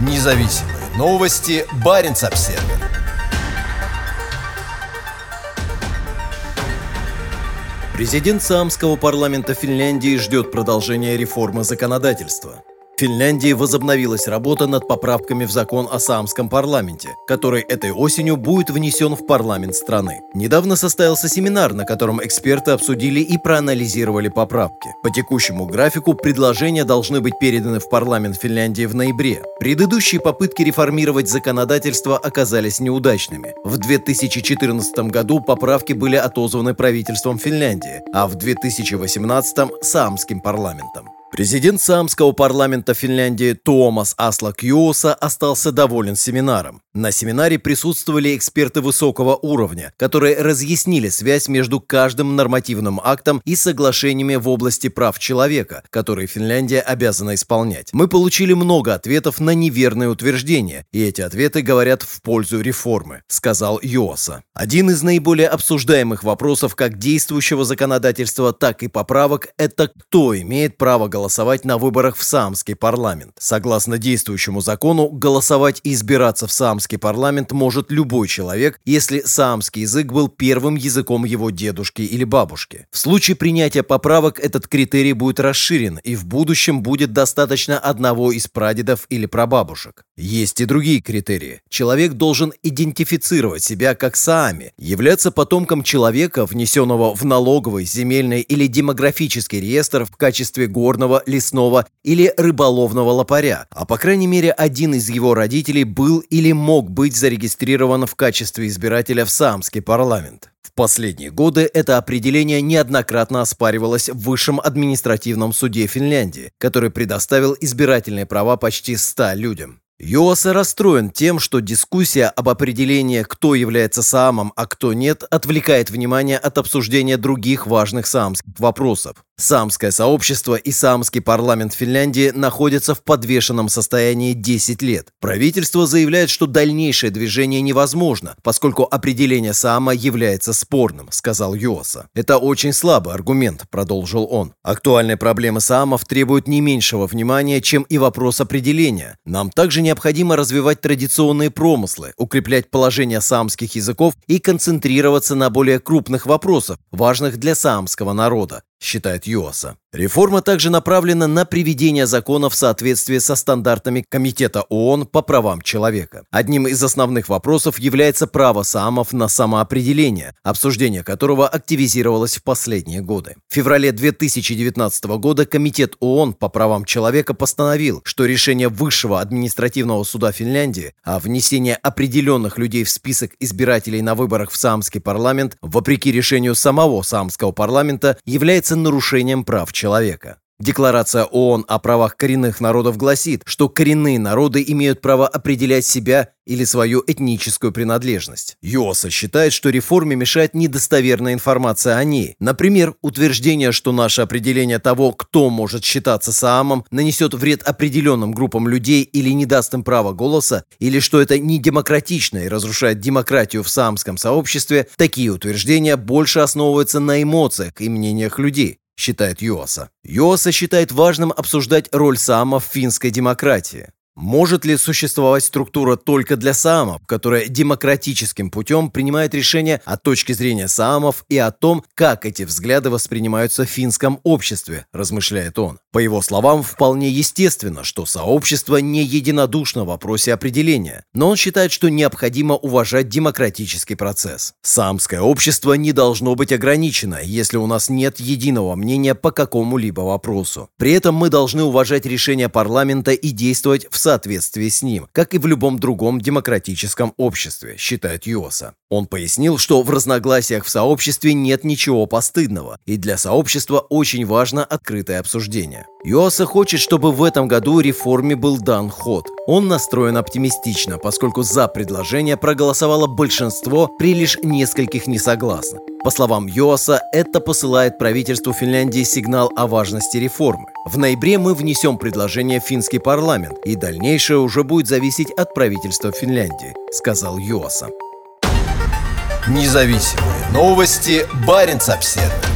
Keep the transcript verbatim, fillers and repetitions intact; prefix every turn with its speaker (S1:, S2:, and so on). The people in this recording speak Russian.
S1: Независимые новости. Баренц-Обсервер. Президент Саамского парламента Финляндии ждет продолжения реформы законодательства. В Финляндии возобновилась работа над поправками в закон о Саамском парламенте, который этой осенью будет внесен в парламент страны. Недавно состоялся семинар, на котором эксперты обсудили и проанализировали поправки. По текущему графику предложения должны быть переданы в парламент Финляндии в ноябре. Предыдущие попытки реформировать законодательство оказались неудачными. В две тысячи четырнадцатом году поправки были отозваны правительством Финляндии, а в две тысячи восемнадцатом – Саамским парламентом. Президент Саамского парламента Финляндии Туомас Аслак Юоса остался доволен семинаром. На семинаре присутствовали эксперты высокого уровня, которые разъяснили связь между каждым нормативным актом и соглашениями в области прав человека, которые Финляндия обязана исполнять. Мы получили много ответов на неверные утверждения, и эти ответы говорят в пользу реформы, сказал Юоса. Один из наиболее обсуждаемых вопросов как действующего законодательства, так и поправок – это кто имеет право голосовать голосовать на выборах в Саамский парламент. Согласно действующему закону, голосовать и избираться в Саамский парламент может любой человек, если саамский язык был первым языком его дедушки или бабушки. В случае принятия поправок этот критерий будет расширен, и в будущем будет достаточно одного из прадедов или прабабушек. Есть и другие критерии. Человек должен идентифицировать себя как саами, являться потомком человека, внесенного в налоговый, земельный или демографический реестр в качестве горного, лесного или рыболовного лопаря, а по крайней мере один из его родителей был или мог быть зарегистрирован в качестве избирателя в Саамский парламент. В последние годы это определение неоднократно оспаривалось в Высшем административном суде Финляндии, который предоставил избирательные права почти ста людям. Юоса расстроен тем, что дискуссия об определении, кто является саамом, а кто нет, отвлекает внимание от обсуждения других важных саамских вопросов. Саамское сообщество и Саамский парламент Финляндии находятся в подвешенном состоянии десять лет. Правительство заявляет, что дальнейшее движение невозможно, поскольку определение саама является спорным, сказал Юоса. Это очень слабый аргумент, продолжил он. Актуальные проблемы саамов требуют не меньшего внимания, чем и вопрос определения. Нам также необходимо развивать традиционные промыслы, укреплять положение саамских языков и концентрироваться на более крупных вопросах, важных для саамского народа, считает Юоса. Реформа также направлена на приведение закона в соответствии со стандартами Комитета ООН по правам человека. Одним из основных вопросов является право саамов на самоопределение, обсуждение которого активизировалось в последние годы. В феврале две тысячи девятнадцатого года Комитет ООН по правам человека постановил, что решение Высшего административного суда Финляндии о внесении определенных людей в список избирателей на выборах в Саамский парламент, вопреки решению самого Саамского парламента, является нарушением прав человека. Декларация ООН о правах коренных народов гласит, что коренные народы имеют право определять себя или свою этническую принадлежность. Юоса считает, что реформе мешает недостоверная информация о ней. Например, утверждение, что наше определение того, кто может считаться саамом, нанесет вред определенным группам людей или не даст им права голоса, или что это недемократично и разрушает демократию в саамском сообществе, такие утверждения больше основываются на эмоциях и мнениях людей, считает Юоса. Юоса считает важным обсуждать роль саамов в финской демократии. Может ли существовать структура только для саамов, которая демократическим путем принимает решения о точке зрения саамов и о том, как эти взгляды воспринимаются в финском обществе, размышляет он. По его словам, вполне естественно, что сообщество не единодушно в вопросе определения, но он считает, что необходимо уважать демократический процесс. Саамское общество не должно быть ограничено, если у нас нет единого мнения по какому-либо вопросу. При этом мы должны уважать решения парламента и действовать в соответствии с ним, как и в любом другом демократическом обществе, считает Юоса. Он пояснил, что в разногласиях в сообществе нет ничего постыдного, и для сообщества очень важно открытое обсуждение. Юоса хочет, чтобы в этом году реформе был дан ход. Он настроен оптимистично, поскольку за предложение проголосовало большинство при лишь нескольких несогласных. По словам Юоса, это посылает правительству Финляндии сигнал о важности реформы. В ноябре мы внесем предложение в финский парламент, и дальнейшее уже будет зависеть от правительства Финляндии, сказал Юоса. Независимые новости. Баренц-Обсервер.